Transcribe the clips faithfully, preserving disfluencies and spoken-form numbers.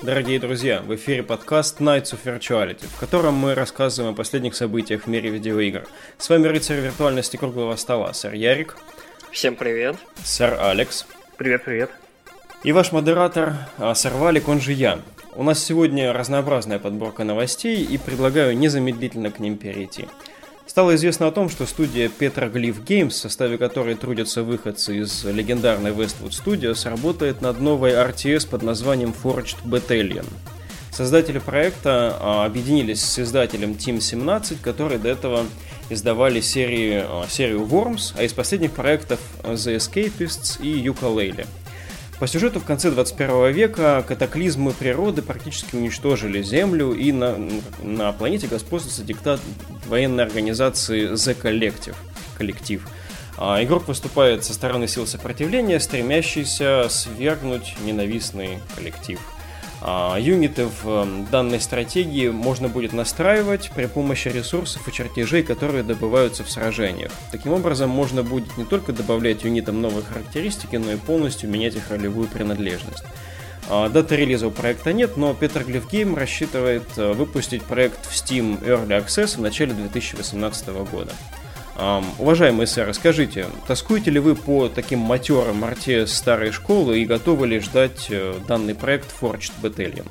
Дорогие друзья, в эфире подкаст Nights of Virtuality, в котором мы рассказываем о последних событиях в мире видеоигр. С вами рыцарь виртуальности круглого стола, сэр Ярик. Всем привет. Сэр Алекс. Привет-привет. И ваш модератор, сэр Валик, он же я. У нас сегодня разнообразная подборка новостей, и предлагаю незамедлительно к ним перейти. Стало известно о том, что студия Petroglyph Games, в составе которой трудятся выходцы из легендарной Westwood Studios, работает над новой ар ти эс под названием Forged Battalion. Создатели проекта а, объединились с издателем Team семнадцать, которые до этого издавали серии, а, серию Worms, а из последних проектов The Escapists и Yooka-Laylee. По сюжету в конце двадцать первого века катаклизмы природы практически уничтожили Землю, и на, на планете господствует диктат военной организации The Collective, коллектив. А, игрок выступает со стороны сил сопротивления, стремящийся свергнуть ненавистный коллектив. А, юниты в данной стратегии можно будет настраивать при помощи ресурсов и чертежей, которые добываются в сражениях. Таким образом, можно будет не только добавлять юнитам новые характеристики, но и полностью менять их ролевую принадлежность. А, даты релиза у проекта нет, но Petroglyph Game рассчитывает выпустить проект в Steam Early Access в начале две тысячи восемнадцатого года. Um, уважаемые сэры, скажите, тоскуете ли вы по таким матерым ар ти эс старой школы и готовы ли ждать uh, данный проект Forged Battalion?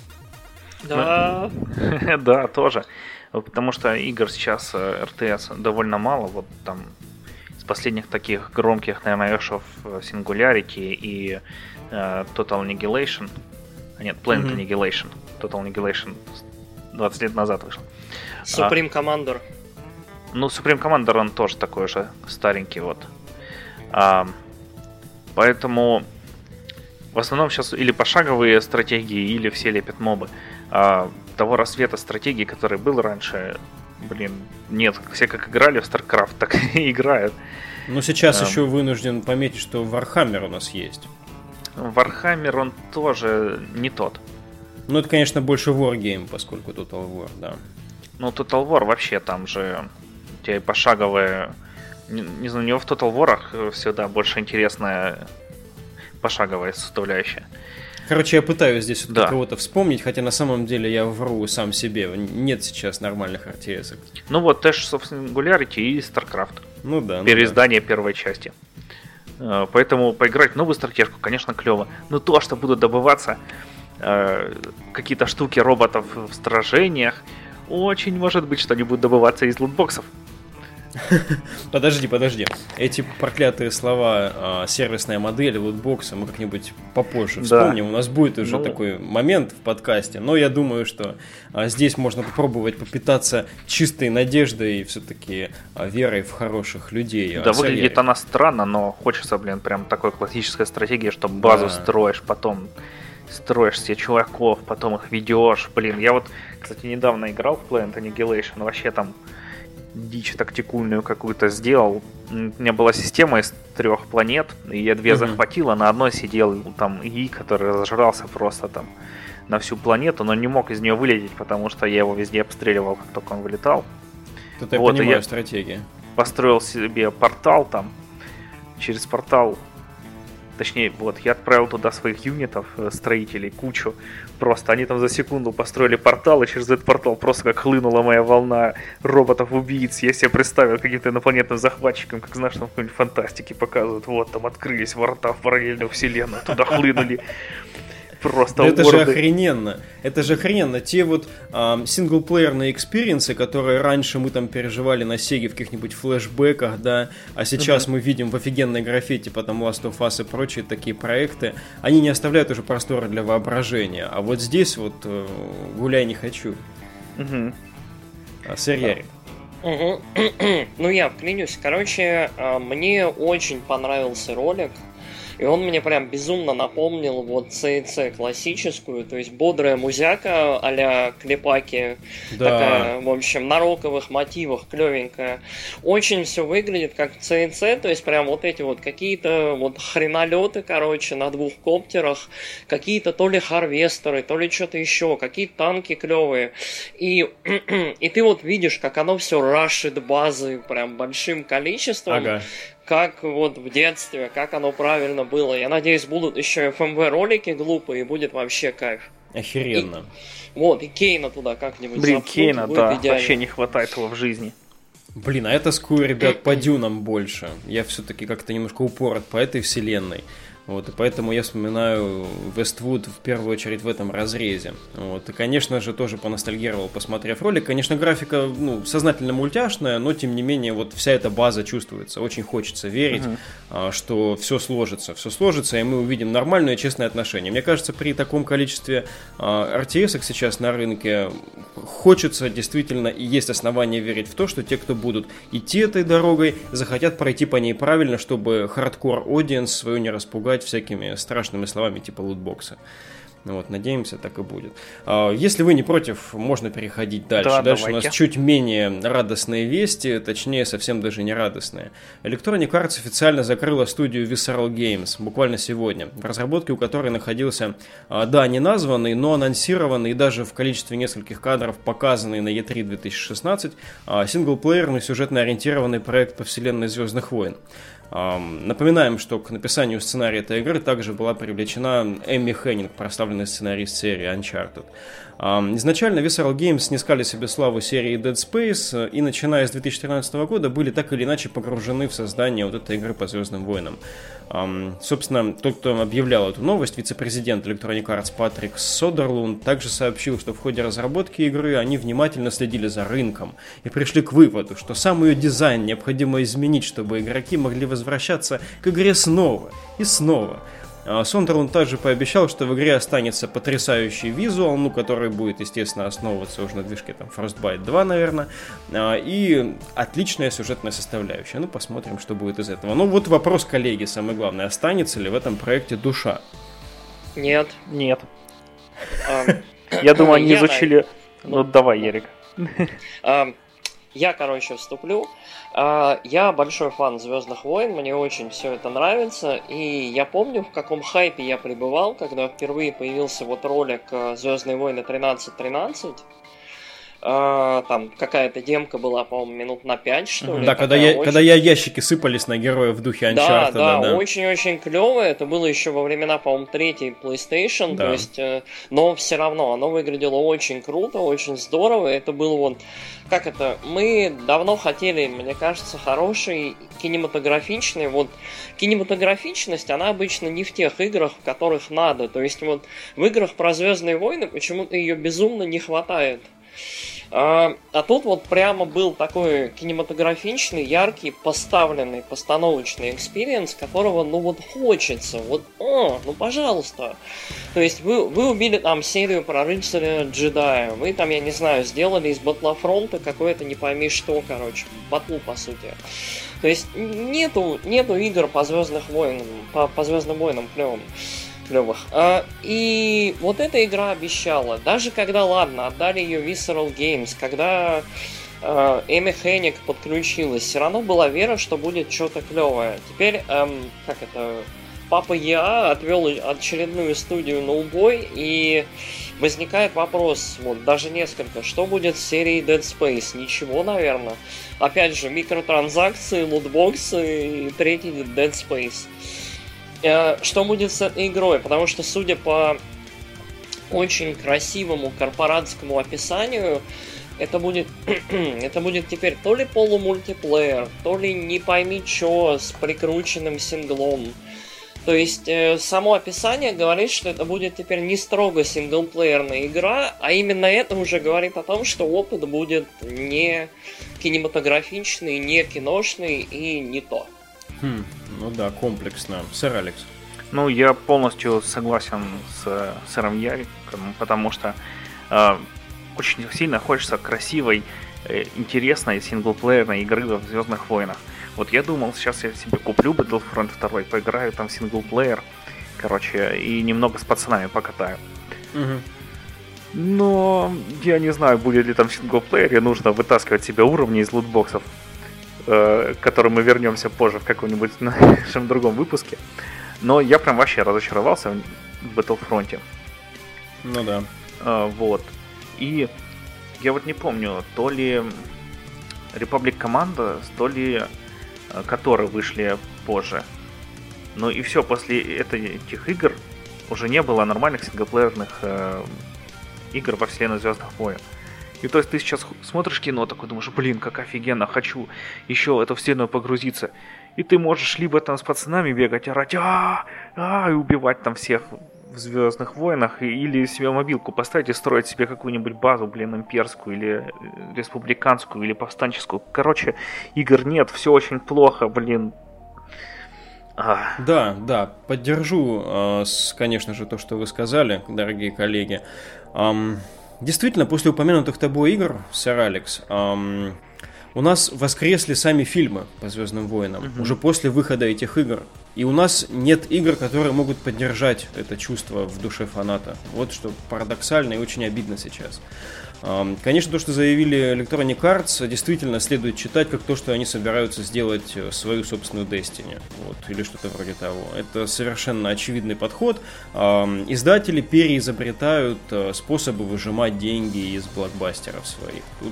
Да. Да, тоже. Потому что игр сейчас эр ти эс довольно мало. Вот там из последних таких громких, наверное, Ash of Singularity и uh, Total Annihilation. А нет, Planet mm-hmm. Annihilation. Total Annihilation двадцать лет назад вышел. Supreme Commander. Ну, Supreme Commander, он тоже такой же старенький, вот. А, поэтому в основном сейчас или пошаговые стратегии, или все лепят мобы. А, того рассвета стратегий, который был раньше, блин, нет. Все как играли в StarCraft, так и играют. Ну, сейчас а, еще вынужден пометить, что Warhammer у нас есть. Warhammer, он тоже не тот. Ну, это, конечно, больше Wargame, поскольку Total War, да. Ну, Total War вообще там же... У тебя и пошаговые... Не, не знаю, у него в Total War всегда больше интересная пошаговая составляющая. Короче, я пытаюсь здесь вот да. кого-то вспомнить, хотя на самом деле я вру сам себе. Нет сейчас нормальных ар ти эс. Ну вот, Ash of Singularity и StarCraft. Ну да. Переиздание ну да. первой части. Поэтому поиграть в новую стратежку, конечно, клево. Но то, что будут добываться э, какие-то штуки роботов в сражениях, очень может быть, что они будут добываться из лутбоксов. Подожди, подожди. Эти проклятые слова сервисная модель, лутбоксы мы как-нибудь попозже вспомним. Да. У нас будет уже ну... такой момент в подкасте. Но я думаю, что здесь можно попробовать попитаться чистой надеждой и все-таки верой в хороших людей. Да, выглядит она странно, но хочется, блин, прям такой классической стратегии, что базу да. строишь, потом строишь себе чуваков, потом их ведешь. Блин, я вот, кстати, недавно играл в Planet Annihilation, вообще там дичь тактикульную какую-то сделал. У меня была система из трех планет, и я две mm-hmm. захватил, а на одной сидел там И, который разжрался просто там на всю планету, но не мог из нее вылететь, потому что я его везде обстреливал, как только он вылетал. Тут я вот, понимаю я стратегию. Построил себе портал там, через портал. Точнее, вот, я отправил туда своих юнитов, строителей, кучу. Просто они там за секунду построили портал, и через этот портал просто как хлынула моя волна роботов-убийц. Я себе представил каким-то инопланетным захватчиком, как, знаешь, там в какой-нибудь фантастике показывают. Вот, там открылись ворота в параллельную вселенную, туда хлынули. Просто это же охрененно. Это же охрененно. Те вот э, синглплеерные экспириенсы, которые раньше мы там переживали на Сеге в каких-нибудь флешбеках, да, а сейчас uh-huh. мы видим в офигенной графе, типа там Last of Us и прочие такие проекты, они не оставляют уже простора для воображения. А вот здесь вот э, гуляй не хочу. Uh-huh. А, сэр Ярик. Угу. Ну я вклинюсь. Короче, мне очень понравился ролик. И он мне прям безумно напомнил вот ЦЦ классическую, то есть бодрая музяка а-ля Клепаки, да. Такая, в общем, на роковых мотивах, клевенькая. Очень все выглядит как ЦЦ, то есть прям вот эти вот какие-то вот хренолеты, короче, на двух коптерах, какие-то то ли харвестеры, то ли что-то еще, какие-то танки клевые. И, и ты вот видишь, как оно все рашит базы прям большим количеством. Ага. Как вот в детстве, как оно правильно было. Я надеюсь, будут еще эф эм ви ролики глупые, и будет вообще кайф. Охеренно. И, вот, и Кейна туда как-нибудь Блин, запхнуть, Кейна, будет да, идеально. вообще не хватает его в жизни. Блин, а я тоскую, ребят, по Дюнам больше. Я все-таки как-то немножко упорот по этой вселенной. Вот, и поэтому я вспоминаю Вествуд в первую очередь в этом разрезе. Вот, и, конечно же, тоже поностальгировал, посмотрев ролик. Конечно, графика, ну, сознательно мультяшная, но, тем не менее, вот вся эта база чувствуется. Очень хочется верить, uh-huh. а, что все сложится. Все сложится, и мы увидим нормальное и честное отношение. Мне кажется, при таком количестве а, ар ти эс-ок сейчас на рынке хочется действительно, и есть основания верить в то, что те, кто будут идти этой дорогой, захотят пройти по ней правильно, чтобы хардкор-аудиенс свою не распугать всякими страшными словами типа лутбокса. Вот, надеемся, так и будет. Если вы не против, можно переходить дальше. Да, дальше давайте. У нас чуть менее радостные вести, точнее, совсем даже не радостные. Electronic Arts официально закрыла студию Visceral Games буквально сегодня, в разработке у которой находился, да, не названный, но анонсированный и даже в количестве нескольких кадров показанный на и три две тысячи шестнадцать синглплеерный сюжетно ориентированный проект по вселенной Звездных войн. Um, напоминаем, что к написанию сценария этой игры также была привлечена Эмми Хеннинг, прославленный сценарист серии Uncharted. Um, изначально Visceral Games снискали себе славу серии Dead Space и, начиная с две тысячи тринадцатого года, были так или иначе погружены в создание вот этой игры по Звездным войнам. Um, собственно, тот, кто объявлял эту новость, вице-президент Electronic Arts Патрик Содерлунд, также сообщил, что в ходе разработки игры они внимательно следили за рынком и пришли к выводу, что сам ее дизайн необходимо изменить, чтобы игроки могли возвращаться к игре снова и снова. Сондерлунд также пообещал, что в игре останется потрясающий визуал, ну, который будет, естественно, основываться уже на движке там, Frostbite два, наверное, и отличная сюжетная составляющая. Ну, посмотрим, что будет из этого. Ну, вот вопрос коллеги, самый главный, останется ли в этом проекте душа? Нет. Нет. Я думаю, они Я, изучили... Ну, давай, Ярик. Я, короче, вступлю. Я большой фан Звездных войн, мне очень все это нравится, и я помню, в каком хайпе я пребывал, когда впервые появился вот ролик Звездные войны тринадцать тринадцать. Там какая-то демка была, по-моему, минут на пять, что ли. Да, когда, я, очень... когда я ящики сыпались на героев в духе Uncharted. Да, да, да, очень-очень клево. Это было еще во времена, по-моему, третьей PlayStation. Да. То есть, но все равно оно выглядело очень круто, очень здорово. Это было вот... Как это? Мы давно хотели, мне кажется, хороший кинематографичный. Вот кинематографичность, она обычно не в тех играх, в которых надо. То есть вот в играх про Звездные войны почему-то ее безумно не хватает. А, а тут вот прямо был такой кинематографичный, яркий, поставленный, постановочный экспириенс, которого, ну вот, хочется. Вот, о, ну пожалуйста. То есть вы, вы убили там серию про рыцаря джедая, вы там, я не знаю, сделали из Батлфронта какое-то не пойми что, короче, батлу, по сути. То есть нету, нету игр по Звездным войнам, по, по Звездным войнам клевым. Клевых. А, и вот эта игра обещала, даже когда, ладно, отдали ее Visceral Games, когда а, Эми Хеннинг подключилась, все равно была вера, что будет что-то клевое. Теперь, эм, как это, Папа и а отвел очередную студию на убой, и возникает вопрос, вот даже несколько, что будет с серией Dead Space? Ничего, наверное. Опять же, микротранзакции, лутбоксы и третий Dead Space. Что будет с этой игрой? Потому что, судя по очень красивому корпоратскому описанию, это будет, это будет теперь то ли полумультиплеер, то ли не пойми что с прикрученным синглом. То есть э, само описание говорит, что это будет теперь не строго синглплеерная игра, а именно это уже говорит о том, что опыт будет не кинематографичный, не киношный и не то. Хм, ну да, комплексно. Сэр Алекс. Ну, я полностью согласен с сэром Яриком, потому что э, очень сильно хочется красивой, э, интересной синглплеерной игры в Звездных войнах. Вот я думал, сейчас я себе куплю Battlefront два, поиграю там в синглплеер, короче, и немного с пацанами покатаю. Угу. Но я не знаю, будет ли там в синглплеере, нужно вытаскивать себе уровни из лутбоксов, к которым мы вернемся позже в каком-нибудь нашем другом выпуске. Но я прям вообще разочаровался в Battlefront. Ну да. А, вот. И я вот не помню, то ли Republic Commando, то ли которые вышли позже. Ну и все, после этой, этих игр уже не было нормальных синглплеерных э, игр во вселенной Звездных войн. И то есть ты сейчас смотришь кино, такой думаешь, блин, как офигенно, хочу еще в эту вселенную погрузиться. И ты можешь либо там с пацанами бегать, орать, а а и убивать там всех в Звездных войнах, или себе мобилку поставить и строить себе какую-нибудь базу, блин, имперскую, или республиканскую, или повстанческую. Короче, игр нет, все очень плохо, блин. А. Да, да, поддержу, конечно же, то, что вы сказали, дорогие коллеги. Действительно, после упомянутых тобой игр, сэр Алекс, эм, у нас воскресли сами фильмы по Звездным войнам, uh-huh. уже после выхода этих игр. И у нас нет игр, которые могут поддержать это чувство в душе фаната. Вот что парадоксально и очень обидно сейчас. Эм, конечно, то, что заявили Electronic Arts, действительно следует читать как то, что они собираются сделать свою собственную Destiny. Вот, или что-то вроде того. Это совершенно очевидный подход. Эм, издатели переизобретают э, способы выжимать деньги из блокбастеров своих. Тут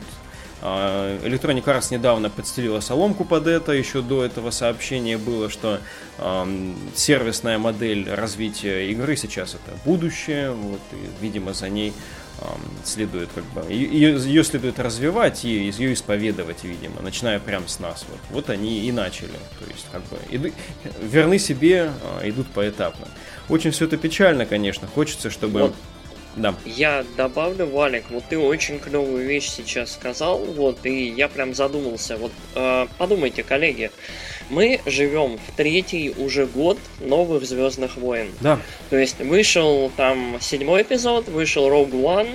Electronic Arts недавно подстелила соломку под это, еще до этого сообщения было, что э, сервисная модель развития игры сейчас это будущее, вот, и, видимо, за ней э, следует как бы, ее, ее следует развивать и ее исповедовать, видимо, начиная прямо с нас. Вот, вот они и начали, то есть как бы иду, верны себе, э, идут поэтапно. Очень все это печально, конечно, хочется, чтобы... Вот. Да. Я добавлю, Валик, вот ты очень клевую вещь сейчас сказал, вот, и я прям задумался. Вот э, подумайте, коллеги, мы живем в третий уже год новых Звездных войн. Да. То есть вышел там седьмой эпизод, вышел Rogue One,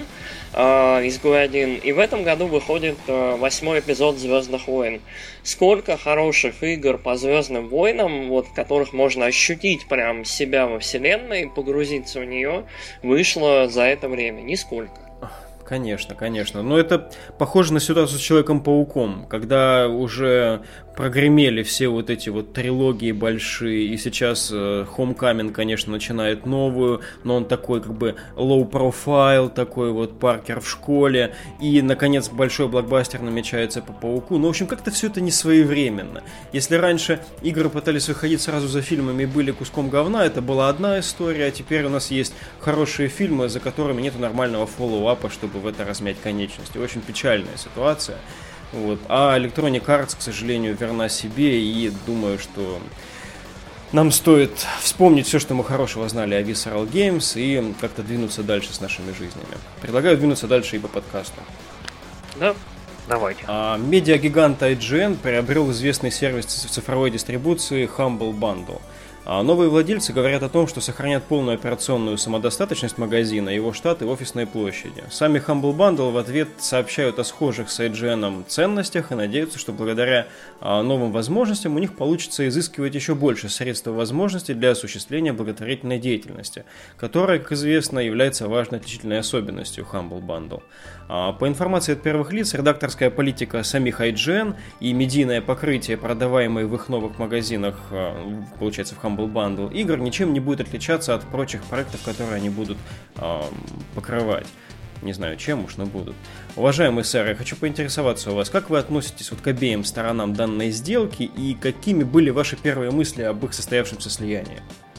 э, изгой один, и в этом году выходит э, восьмой эпизод Звездных войн. Сколько хороших игр по Звездным войнам, вот, в которых можно ощутить прям себя во вселенной, погрузиться в нее, вышло за это время? Нисколько. Конечно, конечно. Но это похоже на ситуацию с Человеком-пауком, когда уже прогремели все вот эти вот трилогии большие, и сейчас э, Homecoming, конечно, начинает новую, но он такой как бы low profile, такой вот Паркер в школе, и, наконец, большой блокбастер намечается по Пауку. Ну, в общем, как-то все это не своевременно. Если раньше игры пытались выходить сразу за фильмами и были куском говна, это была одна история, а теперь у нас есть хорошие фильмы, за которыми нет нормального фоллоуапа, чтобы в это размять конечности. Очень печальная ситуация. Вот. А Electronic Arts, к сожалению, верна себе, и думаю, что нам стоит вспомнить все, что мы хорошего знали о Visceral Games, и как-то двинуться дальше с нашими жизнями. Предлагаю двинуться дальше и по подкасту. Да, давайте. А, медиагигант ай джи эн приобрел известный сервис цифровой дистрибуции Humble Bundle. А новые владельцы говорят о том, что сохранят полную операционную самодостаточность магазина, его штат и офисные площади. Сами Humble Bundle в ответ сообщают о схожих с ай джи эн ценностях и надеются, что благодаря а, новым возможностям у них получится изыскивать еще больше средств и возможностей для осуществления благотворительной деятельности, которая, как известно, является важной отличительной особенностью Humble Bundle. А, по информации от первых лиц, редакторская политика самих ай джи эн и медийное покрытие, продаваемое в их новых магазинах, а, получается, в Humble Bundle игр, ничем не будет отличаться от прочих проектов, которые они будут э, покрывать. Не знаю, чем уж, но будут. Уважаемые сэры, я хочу поинтересоваться у вас, как вы относитесь вот к обеим сторонам данной сделки и какими были ваши первые мысли об их состоявшемся слиянии?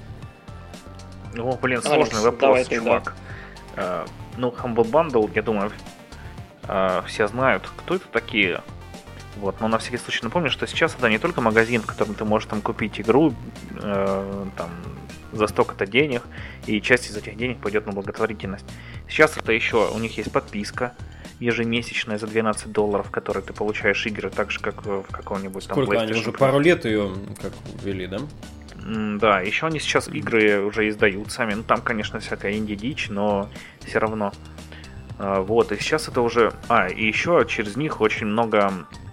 Ну, блин, сложный Алекс, вопрос, давай, чувак. Да. Uh, ну, Humble Bundle, я думаю, uh, все знают, кто это такие. Вот, но на всякий случай напомню, что сейчас это не только магазин, в котором ты можешь там купить игру э, там, за столько-то денег, и часть из этих денег пойдет на благотворительность. Сейчас это еще, у них есть подписка ежемесячная за двенадцать долларов, в которой ты получаешь игры так же, как в каком-нибудь там PlayStation. Сколько, они уже пару лет ее как ввели, да? Mm, да, еще они сейчас игры уже издают сами, ну там, конечно, всякая инди-дичь, но все равно. А, вот, и сейчас это уже... А, и еще через них очень много...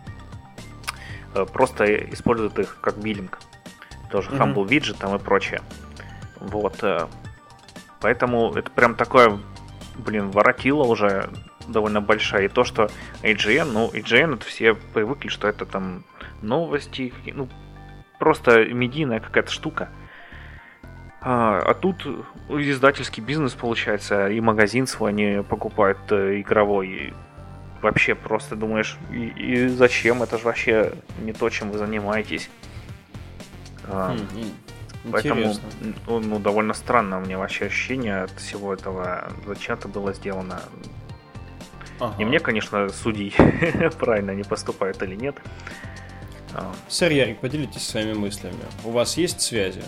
просто используют их как биллинг. Тоже mm-hmm. Humble Widget там и прочее. Вот. Поэтому это прям такое, блин, воротило уже довольно большая. И то, что ай джи эн, ну, ай джи эн это все привыкли, что это там новости, ну, просто медийная какая-то штука. А, а тут издательский бизнес получается, и магазин свой они покупают э, игровой. И вообще просто думаешь, и, и зачем? Это же вообще не то, чем вы занимаетесь. А, mm-hmm. Поэтому ну, ну, довольно странно у меня вообще ощущение от всего этого, зачем это было сделано. Ага. И мне, конечно, судей правильно они поступают или нет. Сэр Ярик, поделитесь своими мыслями. У вас есть связи?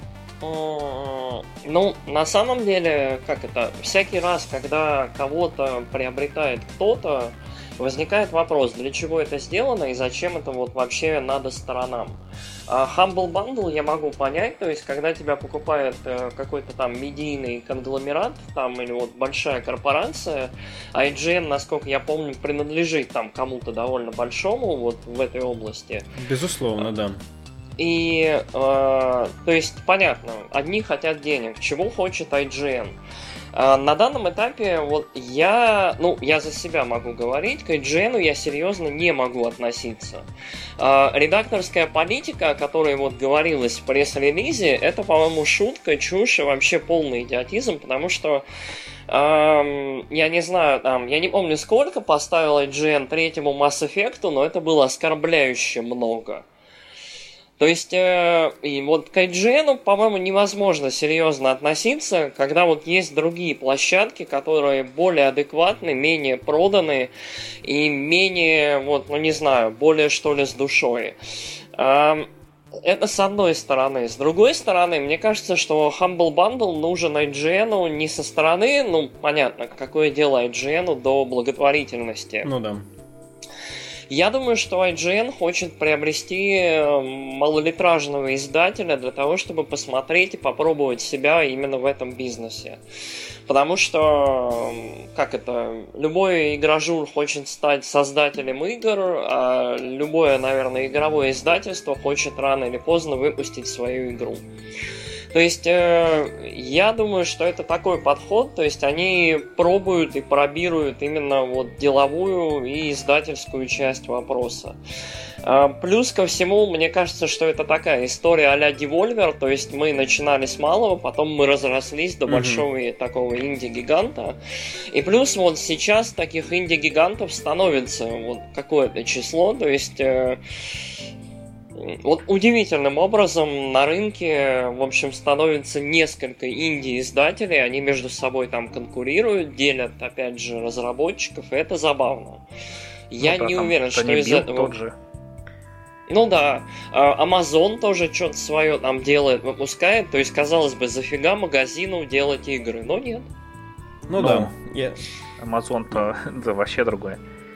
Ну, на самом деле, как это, всякий раз, когда кого-то приобретает кто-то, возникает вопрос, для чего это сделано и зачем это вот вообще надо сторонам. Humble Bundle я могу понять, то есть когда тебя покупает какой-то там медийный конгломерат, там или вот большая корпорация, ай джи эн, насколько я помню, принадлежит там кому-то довольно большому вот в этой области. Безусловно, да. И, э, то есть, понятно, одни хотят денег, чего хочет ай джи эн. Э, на данном этапе, вот я, ну, я за себя могу говорить, к ай джи эн я серьезно не могу относиться. Э, редакторская политика, о которой вот говорилось в пресс-релизе, это, по-моему, шутка, чушь и вообще полный идиотизм, потому что эм, я не знаю, там, я не помню сколько поставил ай джи эн третьему Mass Effect, но это было оскорбляюще много. То есть, э, и вот к ай джи эн, по-моему, невозможно серьезно относиться, когда вот есть другие площадки, которые более адекватны, менее проданы и менее, вот, ну не знаю, более что ли с душой. Э, это с одной стороны. С другой стороны, мне кажется, что Humble Bundle нужен ай джи эн не со стороны, ну, понятно, какое дело ай джи эн до благотворительности. Ну да. Я думаю, что ай джи эн хочет приобрести малолитражного издателя для того, чтобы посмотреть и попробовать себя именно в этом бизнесе. Потому что, как это, любой игражур хочет стать создателем игр, а любое, наверное, игровое издательство хочет рано или поздно выпустить свою игру. То есть, э, я думаю, что это такой подход, то есть они пробуют и пробируют именно вот деловую и издательскую часть вопроса. Э, плюс ко всему, мне кажется, что это такая история а-ля Devolver, то есть мы начинали с малого, потом мы разрослись до mm-hmm. большого и такого инди-гиганта. И плюс вот сейчас таких инди-гигантов становится вот какое-то число, то есть... Э, Вот удивительным образом на рынке, в общем, становится несколько инди-издателей, они между собой там конкурируют, делят, опять же, разработчиков, и это забавно. Я ну, да, не уверен, что из этого... Тот же. Ну да, Amazon тоже что-то свое там делает, выпускает, то есть, казалось бы, зафига магазину делать игры, но нет. Ну, ну да. Yeah. Amazon-то да, вообще другое.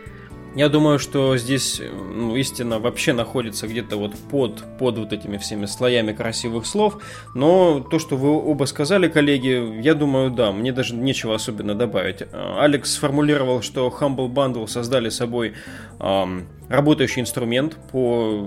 Я думаю, что здесь ну, истина вообще находится где-то вот под, под вот этими всеми слоями красивых слов. Но то, что вы оба сказали, коллеги, я думаю, да, мне даже нечего особенно добавить. Алекс сформулировал, что Humble Bundle создали собой эм, работающий инструмент по...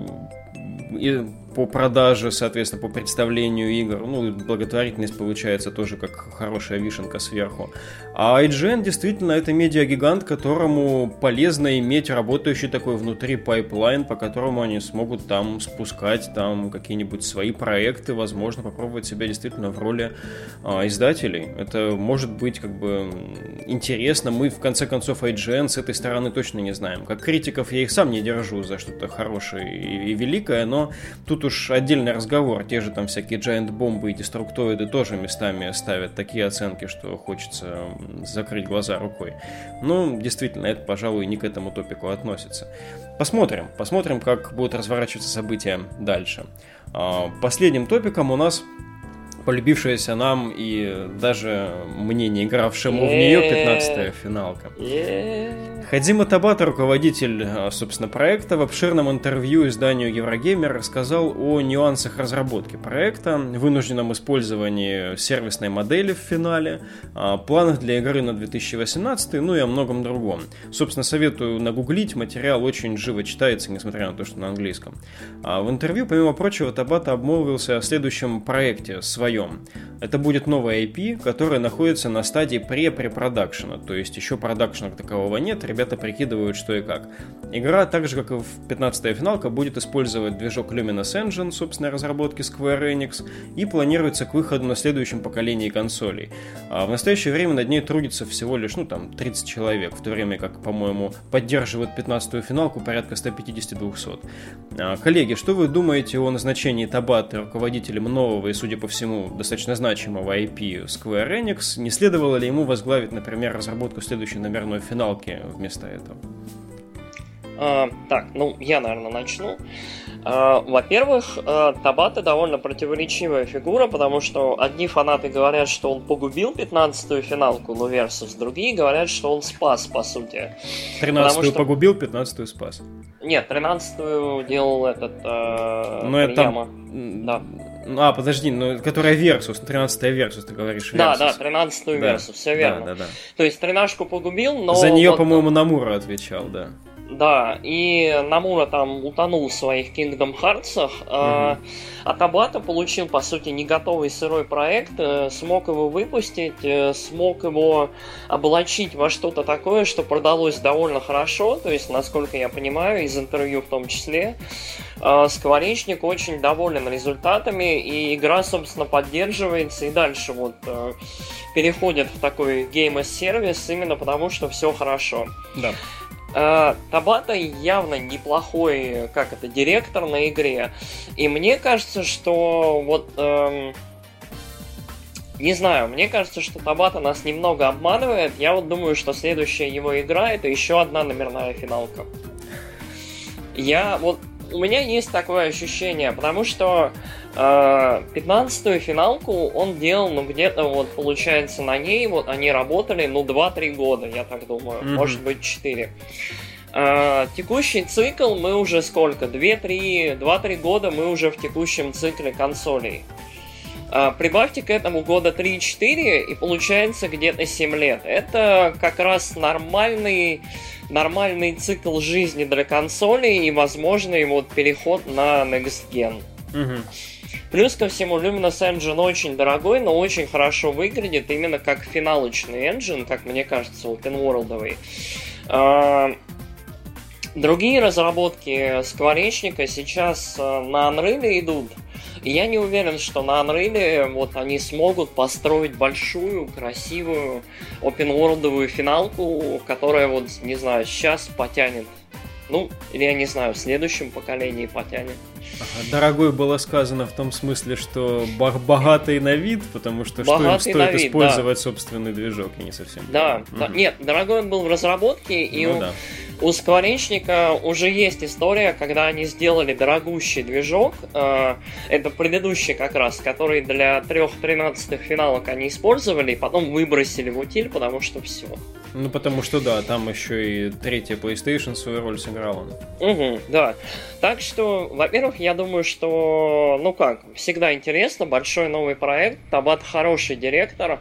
И по продаже, соответственно, по представлению игр. Ну, благотворительность получается тоже как хорошая вишенка сверху. А ай джи эн действительно это медиагигант, которому полезно иметь работающий такой внутри пайплайн, по которому они смогут там спускать там какие-нибудь свои проекты, возможно, попробовать себя действительно в роли а, издателей. Это может быть как бы интересно. Мы, в конце концов, ай джи эн с этой стороны точно не знаем. Как критиков я их сам не держу за что-то хорошее и, и великое, но тут уж отдельный разговор. Те же там всякие Giant бомбы и деструктоиды тоже местами ставят такие оценки, что хочется закрыть глаза рукой. Ну, действительно, это, пожалуй, не к этому топику относится. Посмотрим. Посмотрим, как будут разворачиваться события дальше. Последним топиком у нас полюбившаяся нам и даже мне, не игравшему в нее, пятнадцатая финалка. Хадзима Табата, руководитель, собственно, проекта, в обширном интервью изданию Еврогеймер рассказал о нюансах разработки проекта, вынужденном использовании сервисной модели в финале, планах для игры на две тысячи восемнадцатый, ну и о многом другом. Собственно, советую нагуглить, материал очень живо читается, несмотря на то, что на английском. В интервью, помимо прочего, Табата обмолвился о следующем проекте своем своем. Это будет новая ай пи, которая находится на стадии пре-препродакшена, то есть еще продакшена такового нет, ребята прикидывают, что и как. Игра, так же как и в пятнадцатая финалка, будет использовать движок Luminous Engine, собственной разработки Square Enix, и планируется к выходу на следующем поколении консолей. А в настоящее время над ней трудится всего лишь, ну там, тридцать человек, в то время как, по-моему, поддерживают пятнадцатую финалку порядка сто пятьдесят - двести. А, коллеги, что вы думаете о назначении Табаты руководителем нового и, судя по всему, достаточно значимого ай пи Square Enix? Не следовало ли ему возглавить, например, разработку следующей номерной финалки вместо этого? А, так, ну, я, наверное, начну. А, во-первых, Табата довольно противоречивая фигура, потому что одни фанаты говорят, что он погубил пятнадцатую финалку, ну, Versus, другие говорят, что он спас, по сути. тринадцатую что... погубил, пятнадцатую спас. Нет, тринадцатую делал этот э, Но это Прияма. там... Да. А, подожди, ну, которая Versus, тринадцатая Versus, ты говоришь, Versus. Да, да, тринадцатую да. Versus, все верно. Да, да, да. То есть тринадцатку погубил, но... За нее, вот... по-моему, Намура отвечал, да. Да, и Намура там утонул в своих Kingdom Hearts'ах, угу. а, а Табата получил, по сути, не готовый сырой проект, смог его выпустить, смог его облачить во что-то такое, что продалось довольно хорошо, то есть, насколько я понимаю, из интервью в том числе, Скворечник очень доволен результатами, и игра, собственно, поддерживается и дальше вот переходит в такой Game as Service именно потому, что все хорошо. Да. Табата явно неплохой, как это, директор на игре. И мне кажется, что вот... Эм, не знаю, мне кажется, что Табата нас немного обманывает. Я вот думаю, что следующая его игра — это еще одна номерная финалка. Я вот... У меня есть такое ощущение, потому что э, пятнадцатую финалку он делал, ну, где-то вот, получается, на ней вот они работали, ну, два-три года, я так думаю, mm-hmm. может быть, четыре. Э, текущий цикл мы уже сколько? два-три года мы уже в текущем цикле консолей. Э, прибавьте к этому года три-четыре, и получается где-то семь лет. Это как раз нормальный... нормальный цикл жизни для консолей и возможный вот переход на Next Gen. Угу. Плюс ко всему, Luminous Engine очень дорогой, но очень хорошо выглядит именно как финалочный engine, как мне кажется, open-world'овый. А, другие разработки Скворечника сейчас на Unreal идут. И я не уверен, что на Unreal вот они смогут построить большую, красивую, open-world'овую финалку, которая вот, не знаю, сейчас потянет. Ну, или я не знаю, в следующем поколении потянет. Дорогой было сказано в том смысле, что богатый на вид, потому что богатый что им стоит вид, использовать да. собственный движок, я не совсем Да, угу. да, нет, дорогой он был в разработке, и ну, у, да. у Скворечника уже есть история, когда они сделали дорогущий движок, э, это предыдущий как раз, который для трех тринадцатых финалок они использовали, и потом выбросили в утиль, потому что все. Ну, потому что, да, там еще и третья PlayStation свою роль сыграла. Угу, да. Так что, во-первых, я думаю, что, ну как, всегда интересно, большой новый проект, Табат хороший директор,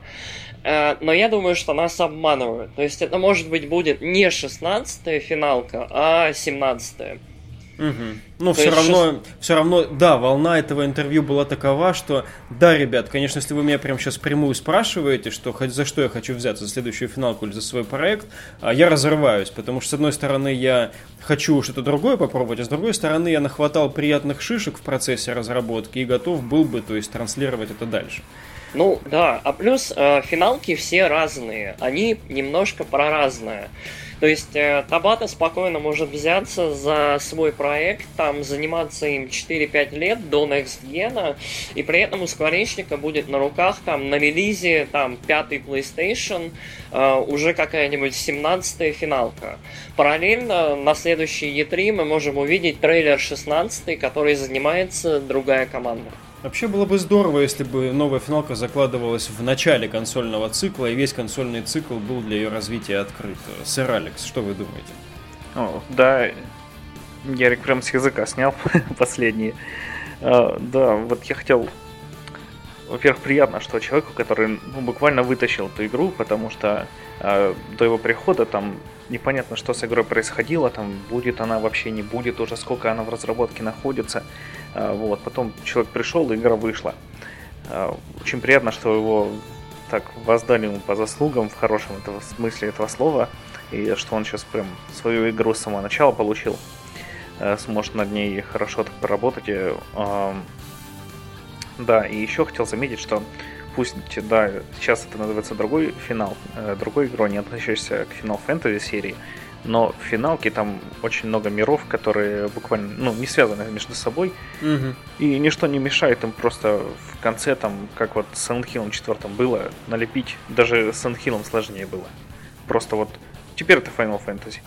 э, но я думаю, что нас обманывают. То есть это, может быть, будет не шестнадцатая финалка, а семнадцатая. Угу. Ну, То все равно, шест... все равно, да, волна этого интервью была такова, что, да, ребят, конечно, если вы меня прямо сейчас прямую спрашиваете, что, за что я хочу взяться, за следующую финалку или за свой проект, я разрываюсь, потому что, с одной стороны, я хочу что-то другое попробовать, а с другой стороны, я нахватал приятных шишек в процессе разработки и готов был бы, то есть, транслировать это дальше. Ну, да, а плюс э, финалки все разные, они немножко про разное. То есть э, Табата спокойно может взяться за свой проект, там заниматься им четыре-пять лет до Next Gen, и при этом у Скворечника будет на руках там на релизе там пятый PlayStation э, уже какая-нибудь семнадцатая финалка. Параллельно на следующий и три мы можем увидеть трейлер шестнадцатый, который занимается другая команда. Вообще было бы здорово, если бы новая финалка закладывалась в начале консольного цикла, и весь консольный цикл был для ее развития открыт. Сэр Алекс, что вы думаете? О, да, Ярик прям с языка снял последние. А, да, вот я хотел... Во-первых, приятно, что человеку, который ну, буквально вытащил эту игру, потому что а, до его прихода там непонятно, что с игрой происходило, там будет она вообще, не будет, уже сколько она в разработке находится. А, вот, потом человек пришел, и игра вышла. Очень приятно, что его так воздали ему по заслугам в хорошем этого смысле этого слова, и что он сейчас прям свою игру с самого начала получил, сможет над ней хорошо так поработать. Да, и еще хотел заметить, что пусть, да, сейчас это называется другой финал, другой игрой, не относящийся к Final Fantasy серии, но в финалке там очень много миров, которые буквально, ну, не связаны между собой, угу. И ничто не мешает им просто в конце, там, как вот с Silent Hill четыре было, налепить, даже с Silent Hill сложнее было. Просто вот, теперь это Final Fantasy.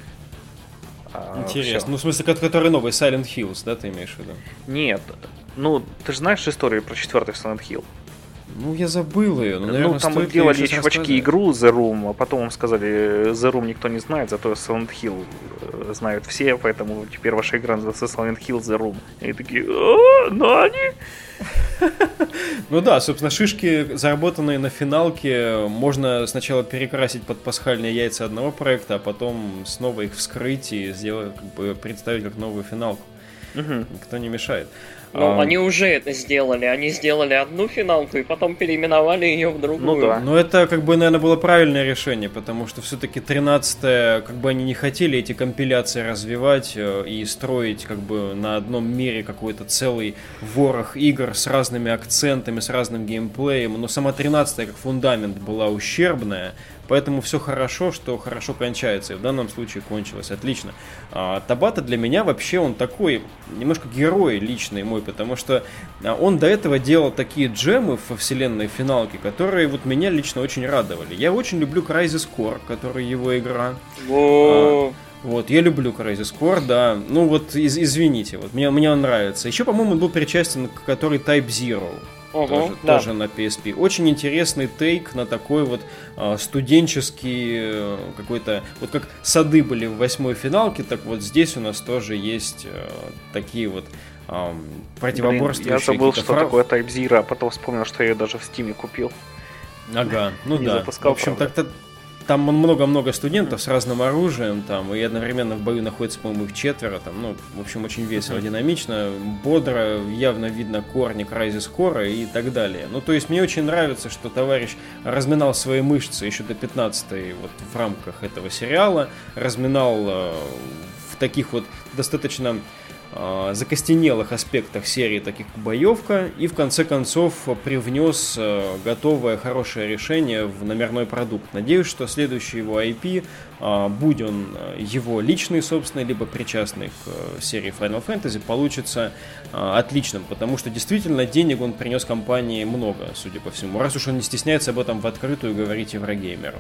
А, интересно, все. Ну, в смысле, который новый, Silent Hills, да, ты имеешь в виду? Нет, ну, ты же знаешь историю про четвертый Silent Hill? Ну, я забыл ее. Ну, наверное, ну там делали чувачки рассказать. Игру The Room, а потом им сказали, The Room никто не знает, зато Silent Hill знают все, поэтому теперь ваша игра называется Silent Hill The Room. И такие, о, ну они... Ну да, собственно, шишки, заработанные на финалке, можно сначала перекрасить под пасхальные яйца одного проекта, а потом снова их вскрыть и сделать, как бы, представить как новую финалку. Угу. Никто не мешает. Ну, а... они уже это сделали. Они сделали одну финалку и потом переименовали ее в другую. Ну да. Но это, как бы, наверное, было правильное решение, потому что все-таки тринадцатая, как бы они не хотели эти компиляции развивать и строить, как бы, на одном мире какой-то целый ворох игр с разными акцентами, с разным геймплеем. Но сама тринадцатая, как фундамент, была ущербная. Поэтому все хорошо, что хорошо кончается. И в данном случае кончилось отлично. А Табата для меня вообще он такой, немножко герой личный мой, потому что он до этого делал такие джемы во вселенной финалки, которые вот меня лично очень радовали. Я очень люблю Crysis Core, который его игра. О-о-о. Вот, я люблю Crysis Core, да. Ну вот, из- извините, вот мне, мне он нравится. Еще, по-моему, он был причастен к который Type Zero. Угу, тоже, да. тоже на пи эс пи. Очень интересный тейк на такой вот э, студенческий э, какой-то... Вот как сады были в восьмой финалке, так вот здесь у нас тоже есть э, такие вот э, противоборствующие... Блин, я забыл, что фраз... такое Type Zero, а потом вспомнил, что я ее даже в Steam купил. Ага, ну Не да. запускал, в общем, правда. так-то там много-много студентов с разным оружием, там, и одновременно в бою находится, по-моему, их четверо, там, ну, в общем, очень весело, динамично, бодро, явно видно корни Crysis Core и так далее. Ну, то есть, мне очень нравится, что товарищ разминал свои мышцы еще до пятнадцатой вот в рамках этого сериала, разминал э, в таких вот достаточно э, закостенелых аспектах серии, таких как боевка, и в конце концов привнес э, готовое хорошее решение в номерной продукт. Надеюсь, что следующий его ай пи, э, будь он его личный, собственный, либо причастный к э, серии Final Fantasy, получится э, отличным, потому что действительно денег он принес компании много, судя по всему, раз уж он не стесняется об этом в открытую говорить Еврогеймеру.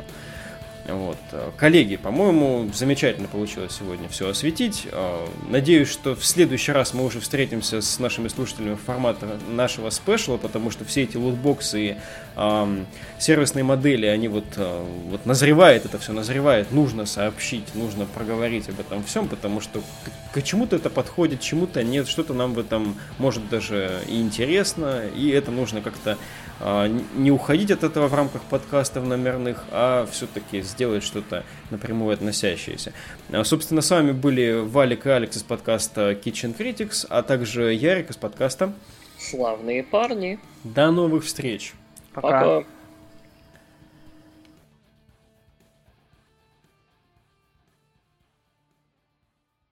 Вот. Коллеги, по-моему, замечательно получилось сегодня все осветить. Надеюсь, что в следующий раз мы уже встретимся с нашими слушателями в формате нашего спешла, потому что все эти лутбоксы и э, сервисные модели, они вот, э, вот назревает, это все назревает, нужно сообщить, нужно проговорить об этом всем, потому что к, к чему-то это подходит, чему-то нет, что-то нам в этом может даже и интересно, и это нужно как-то э, не уходить от этого в рамках подкастов номерных, а все-таки сделать что-то напрямую относящееся. Собственно, с вами были Валик и Алекс из подкаста Kitchen Critics, а также Ярик из подкаста Славные парни. До новых встреч. Пока. Пока.